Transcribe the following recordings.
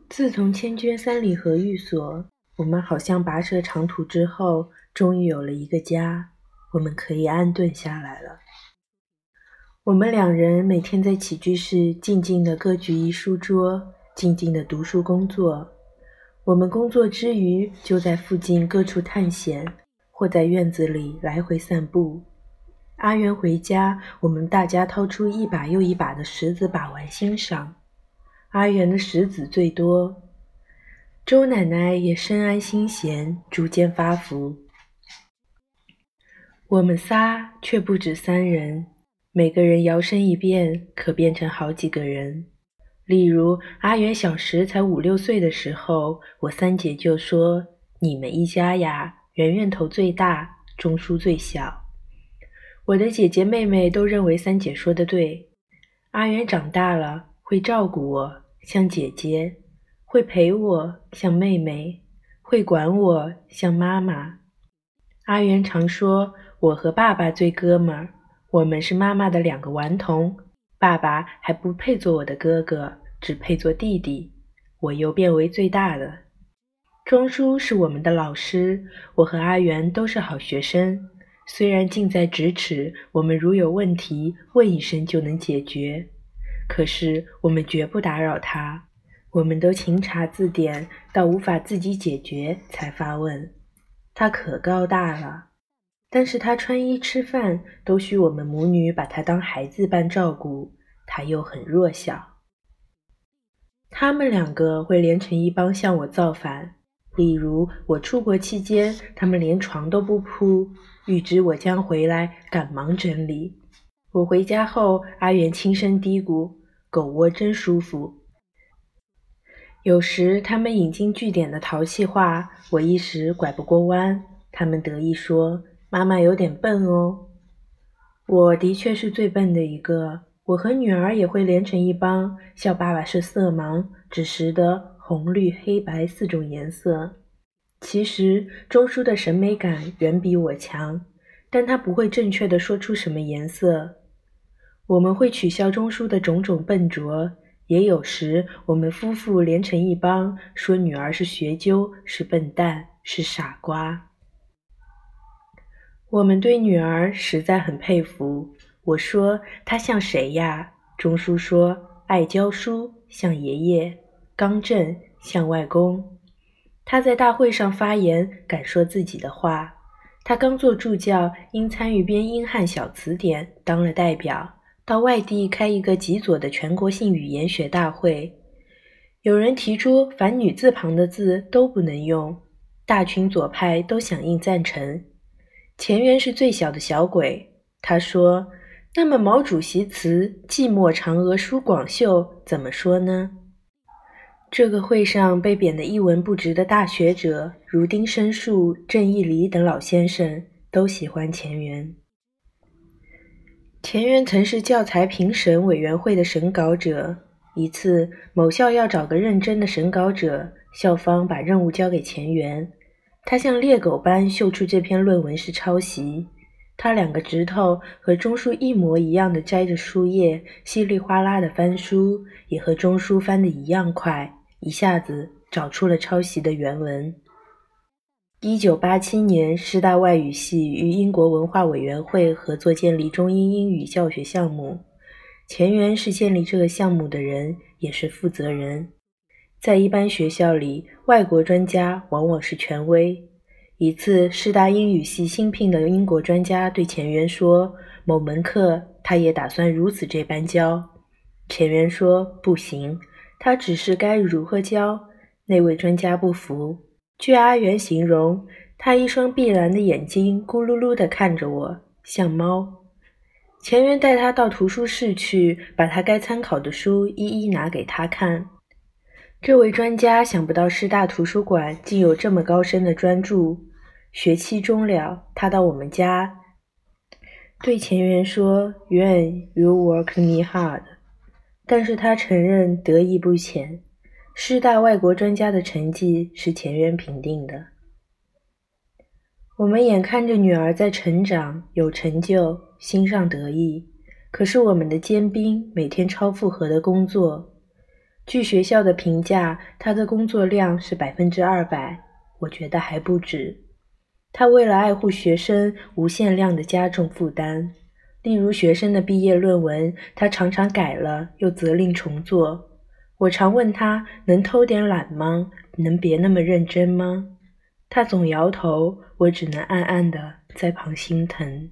自从千捐三里河寓所，我们好像跋涉长途之后，终于有了一个家，我们可以安顿下来了。我们两人每天在起居室静静地各举一书桌，静静地读书工作。我们工作之余，就在附近各处探险，或在院子里来回散步。阿元回家，我们大家掏出一把又一把的石子把玩欣赏。阿元的石子最多，周奶奶也深谙心弦，逐渐发福。我们仨却不止3人，每个人摇身一变，可变成好几个人。例如阿元小时才5、6岁的时候，我三姐就说：“你们一家呀，圆圆头最大，钟叔最小。”我的姐姐妹妹都认为三姐说得对。阿元长大了，会照顾我，像姐姐；会陪我，像妹妹；会管我，像妈妈。阿元常说，我和爸爸最哥们儿，我们是妈妈的2个顽童，爸爸还不配做我的哥哥，只配做弟弟，我又变为最大的。钟叔是我们的老师，我和阿元都是好学生，虽然近在咫尺，我们如有问题，问一声就能解决，可是我们绝不打扰他，我们都勤查字典，到无法自己解决才发问。他可高大了，但是他穿衣吃饭都需我们母女把他当孩子般照顾，他又很弱小。他们2个会连成一帮向我造反，例如我出国期间，他们连床都不铺，预知我将回来，赶忙整理。我回家后，阿元轻声嘀咕：“狗窝真舒服。”有时他们引经据典的淘气话，我一时拐不过弯，他们得意说：“妈妈有点笨哦。”我的确是最笨的一个，我和女儿也会连成一帮，笑爸爸是色盲，只识得红绿黑白4种颜色。其实钟叔的审美感远比我强，但他不会正确地说出什么颜色。我们会取笑钟叔的种种笨拙，也有时我们夫妇连成一帮，说女儿是学究，是笨蛋，是傻瓜。我们对女儿实在很佩服，我说她像谁呀？钟叔说爱教书，像爷爷，刚正，像外公。他在大会上发言，敢说自己的话。他刚做助教，因参与编英汉小词典，当了代表，到外地开一个极左的全国性语言学大会。有人提出凡女字旁的字都不能用，大群左派都响应赞成。钱元是最小的小鬼，他说：“那么毛主席词“寂寞嫦娥书广袖”怎么说呢？”这个会上被贬得一文不值的大学者，如丁申树、郑义梨等老先生，都喜欢钱元。钱元曾是教材评审委员会的审稿者。一次，某校要找个认真的审稿者，校方把任务交给钱元。他像猎狗般嗅出这篇论文是抄袭，他2个指头和钟叔一模一样的摘着书页，稀里哗啦的翻书，也和钟叔翻得一样快，一下子找出了抄袭的原文。1987年，师大外语系与英国文化委员会合作建立中英英语教学项目，钱元是建立这个项目的人，也是负责人。在一般学校里，外国专家往往是权威。一次，师大英语系新聘的英国专家对钱元说，某门课他也打算如此这般教。钱元说不行，他只是该如何教。那位专家不服，据阿元形容，他一双碧蓝的眼睛咕噜噜地看着我，像猫。钱元带他到图书室去，把他该参考的书一一拿给他看。这位专家想不到师大图书馆竟有这么高深的专注。学期终了，他到我们家，对钱元说：“元 ，you work me hard。”但是他承认得意不浅。师大外国专家的成绩是钱元评定的。我们眼看着女儿在成长，有成就，心上得意。可是我们的尖兵每天超负荷的工作。 据学校的评价，他的工作量是200%，我觉得还不止。他为了爱护学生，无限量的加重负担。例如学生的毕业论文，他常常改了，又责令重做。我常问他，能偷点懒吗？能别那么认真吗？他总摇头，我只能暗暗地在旁心疼。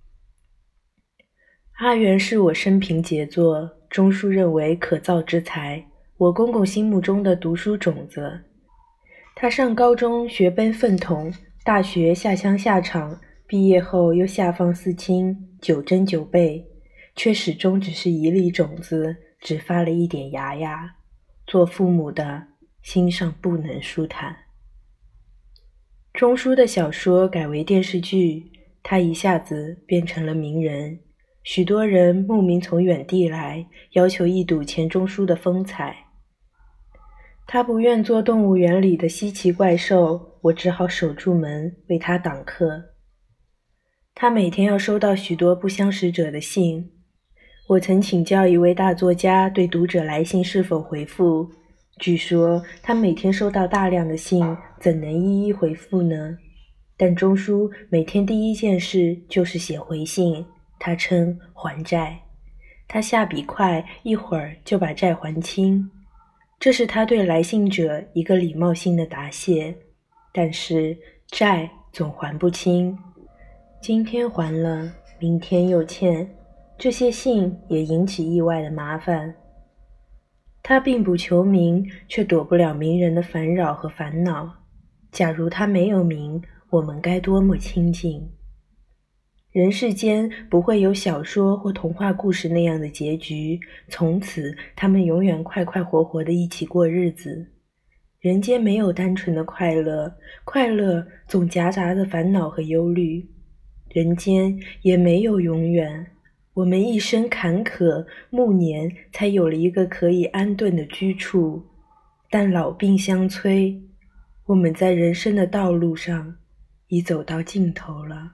阿元是我生平杰作，钟书认为可造之才，我公公心目中的读书种子。他上高中学奔粪桶，大学下乡下厂，毕业后又下放四清，九蒸九焙，却始终只是一粒种子，只发了一点芽芽。做父母的心上不能舒坦。钟书的小说改为电视剧，他一下子变成了名人。许多人慕名从远地来，要求一睹钱钟书的风采。他不愿做动物园里的稀奇怪兽，我只好守住门为他挡客。他每天要收到许多不相识者的信，我曾请教一位大作家对读者来信是否回复，据说他每天收到大量的信，怎能一一回复呢？但钟书每天第一件事就是写回信，他称还债。他下笔快，一会儿就把债还清。这是他对来信者一个礼貌性的答谢，但是债总还不清，今天还了，明天又欠，这些信也引起意外的麻烦。他并不求名，却躲不了名人的烦扰和烦恼。假如他没有名，我们该多么亲近。人世间不会有小说或童话故事那样的结局，从此他们永远快快活活地一起过日子。人间没有单纯的快乐，快乐总夹杂着烦恼和忧虑。人间也没有永远，我们一生坎坷，暮年才有了一个可以安顿的居处，但老病相催，我们在人生的道路上已走到尽头了。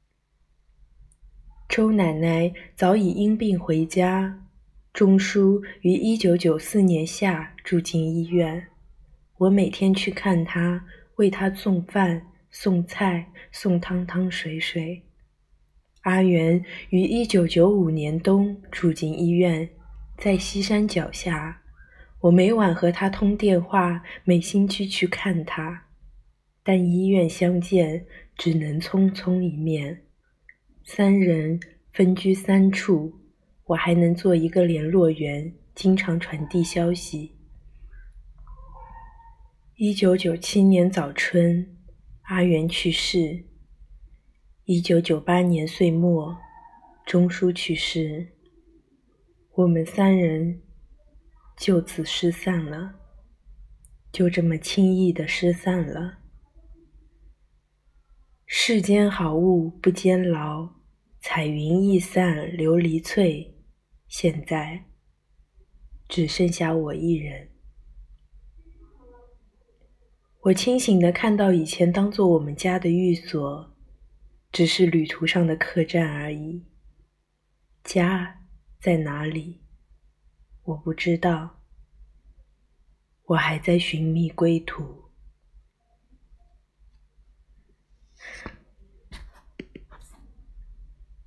周奶奶早已因病回家，钟书于1994年夏住进医院。我每天去看她，为她送饭、送菜、送汤汤水水。阿元于1995年冬住进医院，在西山脚下。我每晚和他通电话，每星期去看他，但医院相见只能匆匆一面。3人分居3处，我还能做一个联络员，经常传递消息。1997年早春，阿元去世。1998年岁末，钟书去世。我们3人就此失散了，就这么轻易地失散了。世间好物不坚牢，彩云易散琉璃脆，现在只剩下我一人。我清醒地看到以前当作我们家的寓所，只是旅途上的客栈而已。家在哪里？我不知道，我还在寻觅归途。